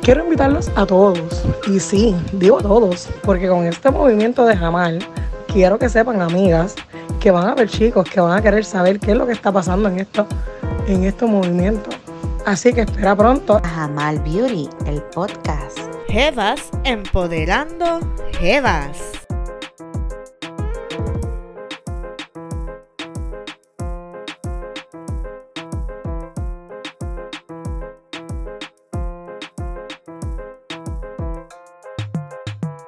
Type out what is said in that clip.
quiero invitarlos a todos, y sí, digo todos, porque con este movimiento de Jamal, quiero que sepan, amigas, que van a haber chicos que van a querer saber qué es lo que está pasando en estos movimientos. Así que espera pronto a Jamal Beauty, el podcast. Jevas empoderando Jevas.